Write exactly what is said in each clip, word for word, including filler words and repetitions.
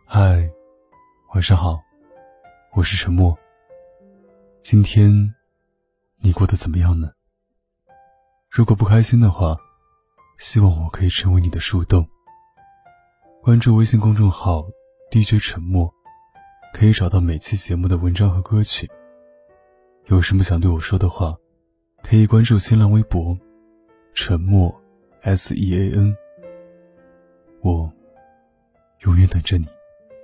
嗨，晚上好，我是沉默。今天你过得怎么样呢？如果不开心的话，希望我可以成为你的树洞。关注微信公众号 D J 沉默，可以找到每期节目的文章和歌曲。有什么想对我说的话，可以关注新浪微博沉默 S E A N， 我永远等着你。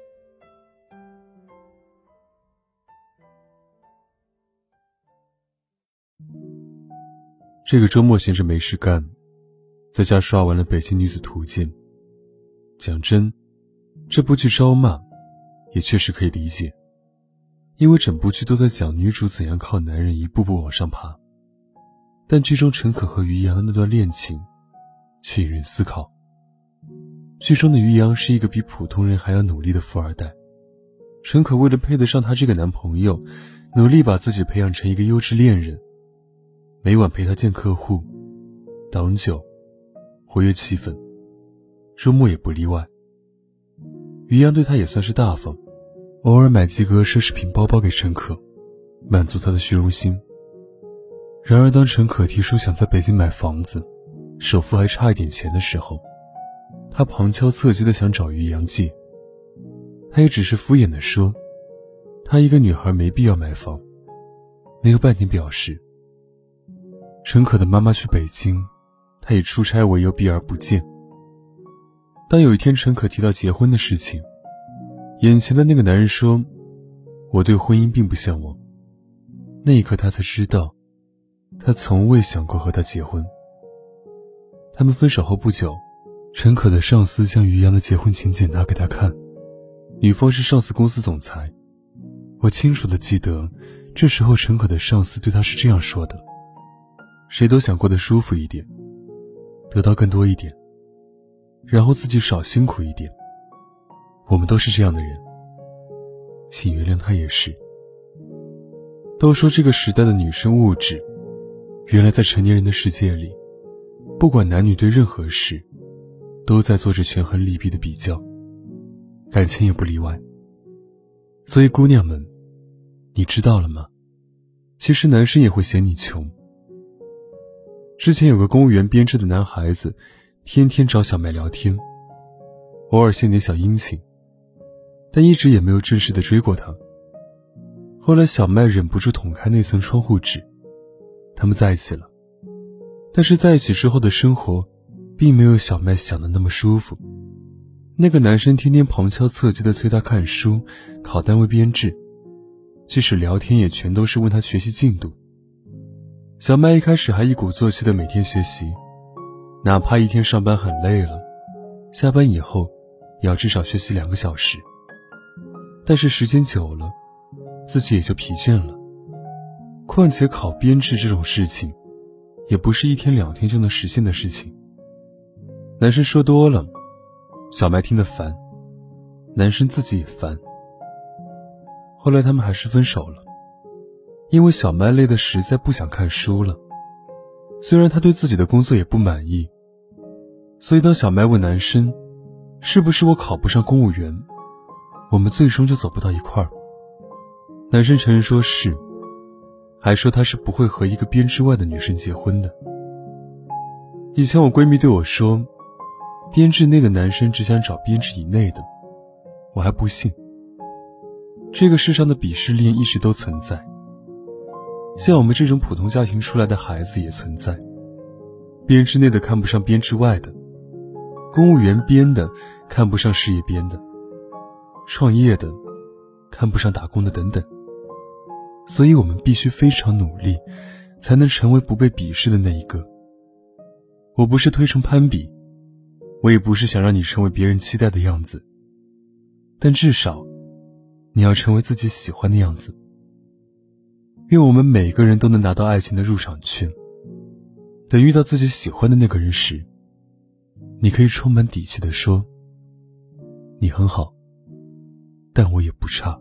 这个周末闲着没事干，在家刷完了《北京女子图鉴》。讲真，这部剧招骂也确实可以理解，因为整部剧都在讲女主怎样靠男人一步步往上爬。但剧中陈可和于洋的那段恋情却引人思考。剧中的于洋是一个比普通人还要努力的富二代，陈可为了配得上他这个男朋友，努力把自己培养成一个优质恋人，每晚陪他见客户、挡酒、活跃气氛，周末也不例外。于洋对他也算是大方，偶尔买几个奢侈品包包给陈可，满足他的虚荣心。然而当陈可提出想在北京买房子，首付还差一点钱的时候，他旁敲侧击地想找于洋借。他也只是敷衍地说，他一个女孩没必要买房，没有半点表示。陈可的妈妈去北京，他以出差为由避而不见。当有一天陈可提到结婚的事情，眼前的那个男人说，我对婚姻并不向往。那一刻他才知道，他从未想过和他结婚。他们分手后不久，陈可的上司将于洋的结婚请柬拿给他看，女方是上司公司总裁。我清楚地记得，这时候陈可的上司对他是这样说的，谁都想过得舒服一点，得到更多一点，然后自己少辛苦一点。我们都是这样的人，请原谅他也是。都说这个时代的女生物质，原来在成年人的世界里，不管男女对任何事，都在做着权衡利弊的比较，感情也不例外。所以姑娘们，你知道了吗？其实男生也会嫌你穷。之前有个公务员编制的男孩子，天天找小麦聊天，偶尔献点小殷勤，但一直也没有正式的追过她。后来小麦忍不住捅开那层窗户纸，他们在一起了。但是在一起之后的生活并没有小麦想的那么舒服。那个男生天天旁敲侧击地催她看书、考单位编制，即使聊天也全都是问她学习进度。小麦一开始还一鼓作气地每天学习，哪怕一天上班很累了，下班以后也要至少学习两个小时。但是时间久了，自己也就疲倦了。况且考编制这种事情，也不是一天两天就能实现的事情。男生说多了，小麦听得烦，男生自己也烦。后来他们还是分手了，因为小麦累得实在不想看书了。虽然他对自己的工作也不满意，所以当小麦问男生，是不是我考不上公务员，我们最终就走不到一块儿。男生承认说是，还说他是不会和一个编制外的女生结婚的。以前我闺蜜对我说，编制内的男生只想找编制以内的，我还不信。这个世上的鄙视链一直都存在，像我们这种普通家庭出来的孩子也存在。编制内的看不上编制外的，公务员编的看不上事业编的，创业的看不上打工的等等。所以我们必须非常努力，才能成为不被鄙视的那一个。我不是推崇攀比，我也不是想让你成为别人期待的样子，但至少你要成为自己喜欢的样子。愿我们每个人都能拿到爱情的入场券，等遇到自己喜欢的那个人时，你可以充满底气地说，你很好，但我也不差。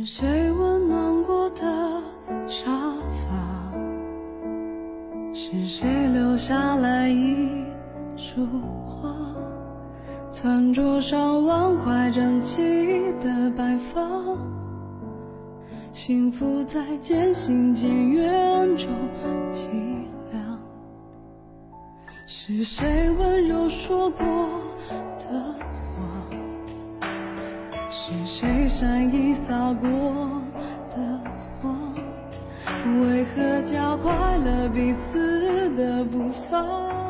谁温暖过的沙发？是谁留下来一束花？餐桌上碗筷整齐的摆放，幸福在渐行渐远中凄凉。是谁温柔说过的话？是谁善意撒过的谎？为何加快了彼此的步伐？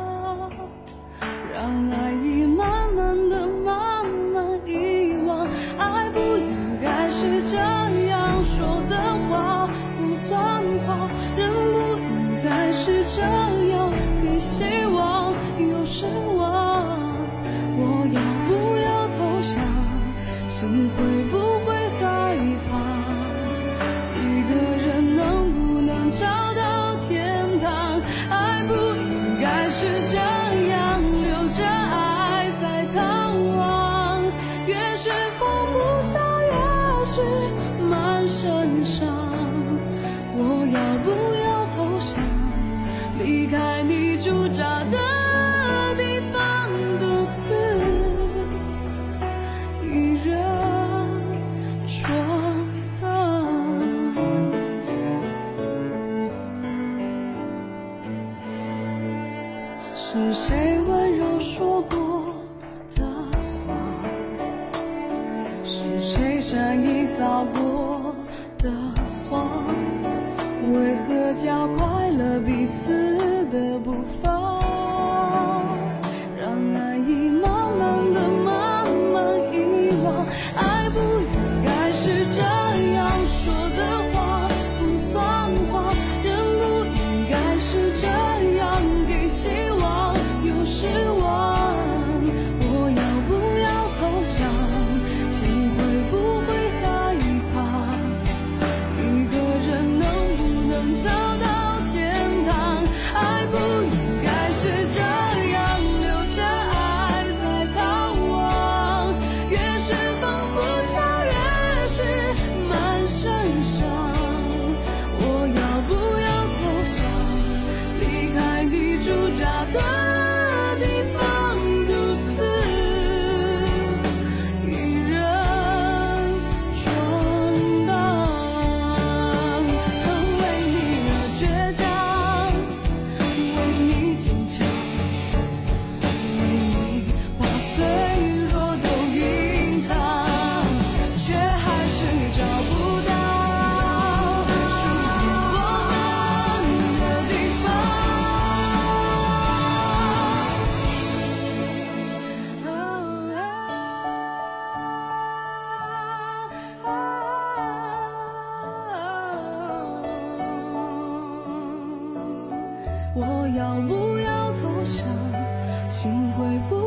让爱意慢慢的慢慢遗忘。爱不应该是这样，说的话不算话，人不应该是这样，给希望又失望。我要不要投降？心会不会害怕？一个人能不能找到天堂？爱不应该是这样，留着爱在探望。越是放不下，越是满身伤。我要不要投降？离开你驻扎的地方，独自一人闯荡。是谁温柔说过的话？是谁善意撒过的谎？为何加快了彼此的步伐？让爱意慢慢的慢慢遗忘。爱不应该是这样，说的话不算话，人不应该是这样，给希望又失望。我要不要投降？心会不会害怕？一个人能不能找到天堂？爱不应该是这样，留着爱在探望。越是放不下，越是满身伤。我要不要投降？离开你驻扎的地方，独自一人闯荡。曾为你而倔强，为你坚强，为你把脆弱都隐藏，却还是找不到属于我们的地方。我要不要投降？心会不